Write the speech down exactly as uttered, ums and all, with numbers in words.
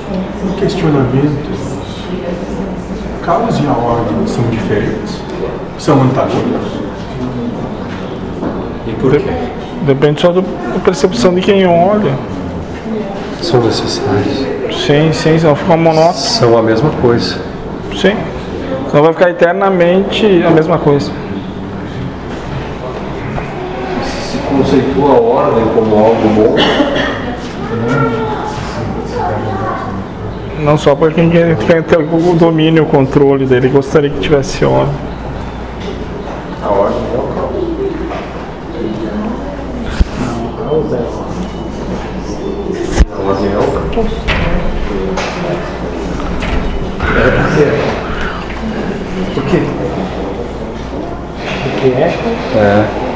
Um questionamento. Caos e a ordem são diferentes? São antagônicos? E por quê? Depende só do- da percepção de quem olha. São necessários. Sim, sim, senão fica monótono. São a mesma coisa. Sim. Senão vai ficar eternamente a mesma coisa. Se conceitua a ordem como algo bom, Não só para quem quer quer ter o domínio, o controle dele, gostaria que tivesse ordem. a ordem é o caos. A ordem é o caos. Deve ser. Por quê? O que é? É.